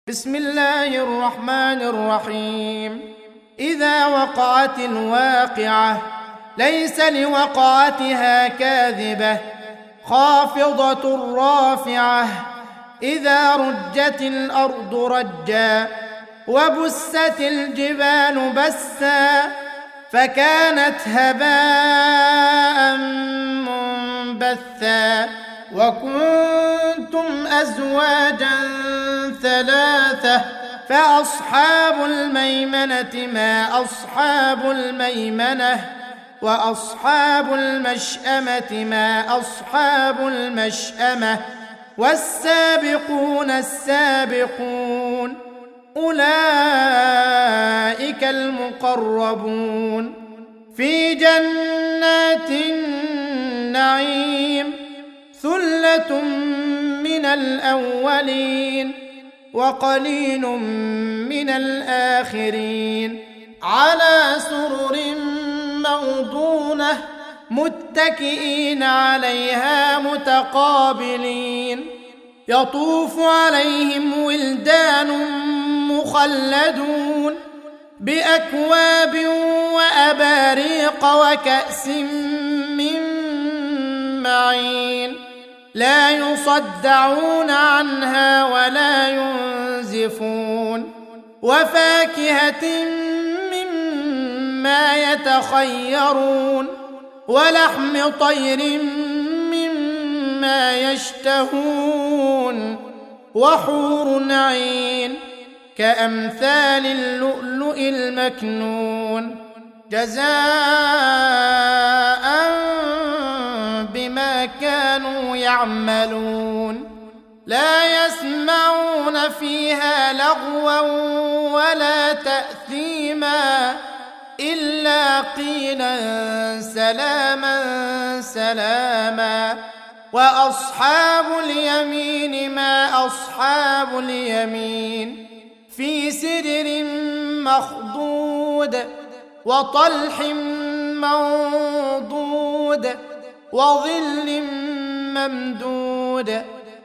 بسم الله الرحمن الرحيم. إذا وقعت الواقعة ليس لوقعتها كاذبة خافضة رافعة إذا رجت الأرض رجا وبست الجبال بسا فكانت هباء منبثا وكنتم أزواجا ثلاثة فأصحاب الميمنة ما أصحاب الميمنة وأصحاب المشأمة ما أصحاب المشأمة والسابقون السابقون أولئك المقربون في جنات النعيم ثلة من الأولين وقليل من الآخرين على سرر موضونة متكئين عليها متقابلين يطوف عليهم ولدان مخلدون بأكواب وأباريق وكأس من معين لا يصدعون عنها ولا ينزفون وفاكهة مما يتخيرون ولحم طير مما يشتهون وحور عين كأمثال اللؤلؤ المكنون جزاء بما كانوا يعملون لا يسمعون فيها لغوا ولا تأثيما إلا قيلا سلاما سلاما وأصحاب اليمين ما أصحاب اليمين في سدر مخضود وطلح منضود وظل ممدود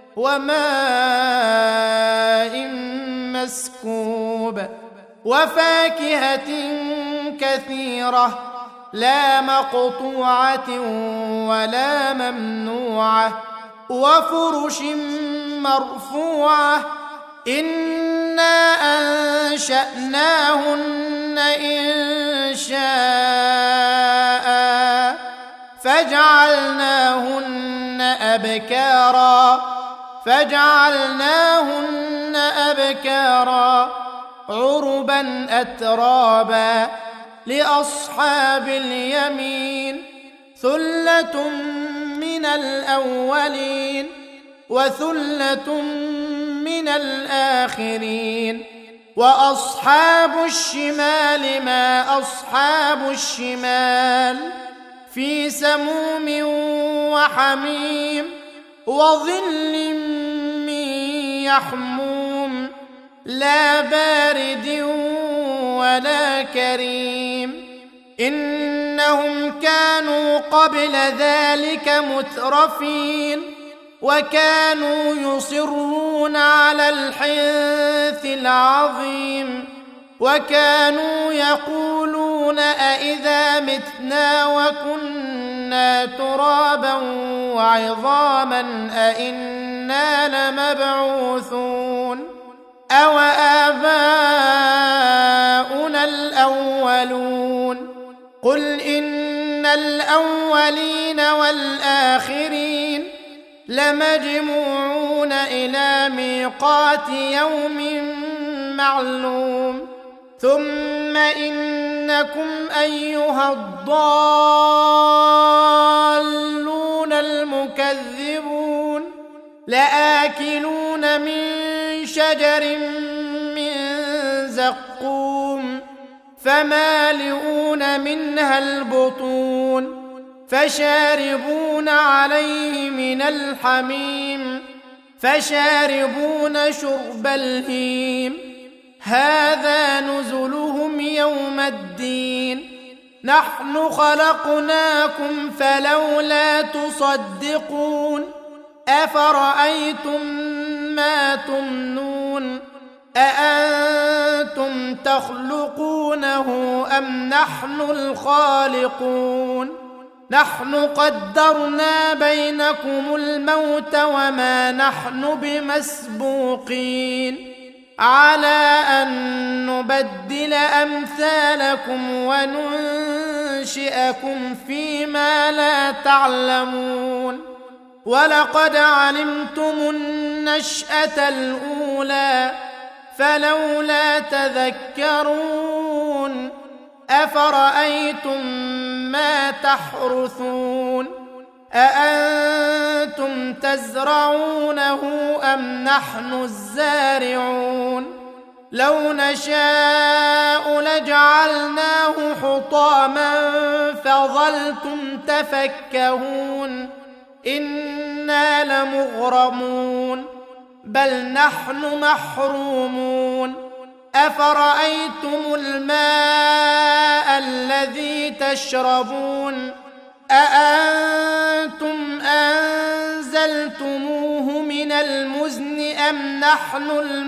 وماء مسكوب وفاكهة كثيرة لا مقطوعة ولا ممنوعة وفرش مرفوعة إنا أنشأناهن إنشاء فجعلناهن أبكارا عربا أترابا لأصحاب اليمين ثلة من الأولين وثلة من الآخرين وأصحاب الشمال ما أصحاب الشمال في سموم وحميم وظل من يحموم لا بارد ولا كريم إنهم كانوا قبل ذلك مترفين وكانوا يصرون على الحنث العظيم وكانوا يقولون أئذا متنا وكنا ترابا وعظاما أئنا لمبعوثون أو آباؤنا الأولون قل إن الأولين والآخرين لمجموعون إلى ميقات يوم معلوم ثم إنكم أيها الضالون المكذبون لآكلون من شجر من زقوم فمالئون منها البطون فشاربون عليه من الحميم فشاربون شرب الهيم هذا نزلهم يوم الدين نحن خلقناكم فلولا تصدقون أفرأيتم ما تمنون أأنتم تخلقونه أم نحن الخالقون نحن قدرنا بينكم الموت وما نحن بمسبوقين على أن نبدل أمثالكم وننشئكم فيما لا تعلمون ولقد علمتم النشأة الأولى فلولا تذكرون أفرأيتم ما تحرثون أأنتم تزرعونه أم نحن الزارعون لو نشاء لجعلناه حطاما فظلتم تفكهون إنا لمغرمون بل نحن محرومون أفرأيتم الماء الذي تشربون أأنتم أنزلتموه من المزن أم نحن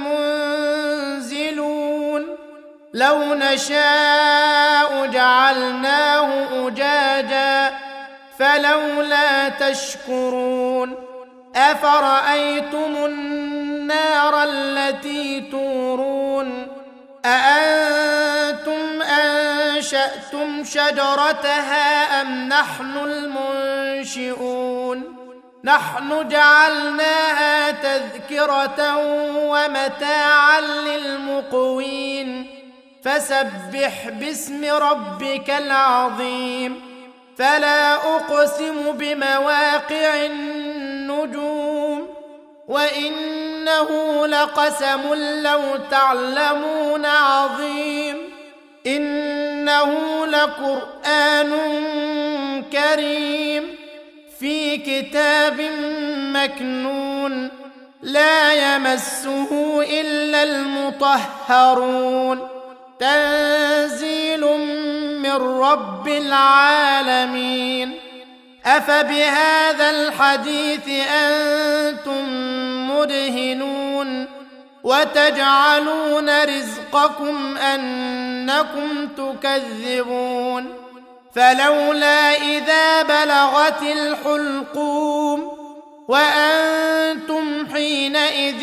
المنزلون لو نشاء جعلناه أجاجا فلولا تشكرون أفرأيتم النار التي تورون أأنتم أنشأتم شجرتها أم نحن المنشئون نحن جعلناها تذكرة ومتاعا للمقوين فسبح باسم ربك العظيم فلا أقسم بمواقع النجوم وإنه لقسم لو تعلمون عظيم إنه لقرآن كريم في كتاب مكنون لا يمسه إلا المطهرون تنزيل من رب العالمين أفبهذا الحديث أنتم مدهنون وتجعلون رزقكم أنكم تكذبون فلولا إذا بلغت الحلقوم وأنتم حينئذ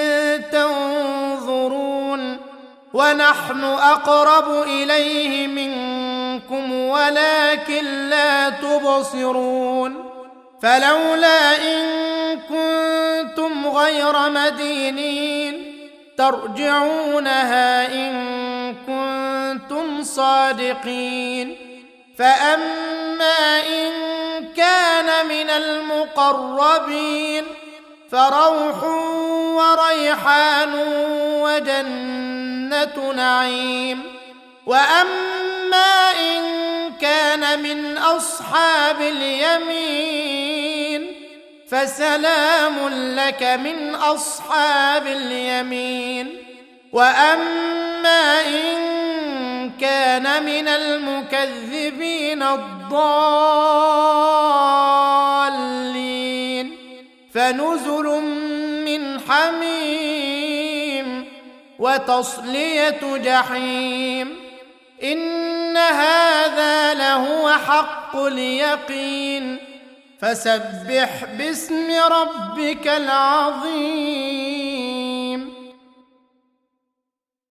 تنظرون ونحن أقرب إليه منكم ولكن لا تبصرون فلولا إن كنتم غير مدينين ترجعونها إن كنتم صادقين فأما إن كان من المقربين فروح وريحان وجنة نعيم وأما إن كان من أصحاب اليمين فسلام لك من أصحاب اليمين وأما إن كان من المكذبين الضالين فنزل من حميم وتصلية جحيم إن هذا لهو حق اليقين فسبح باسم ربك العظيم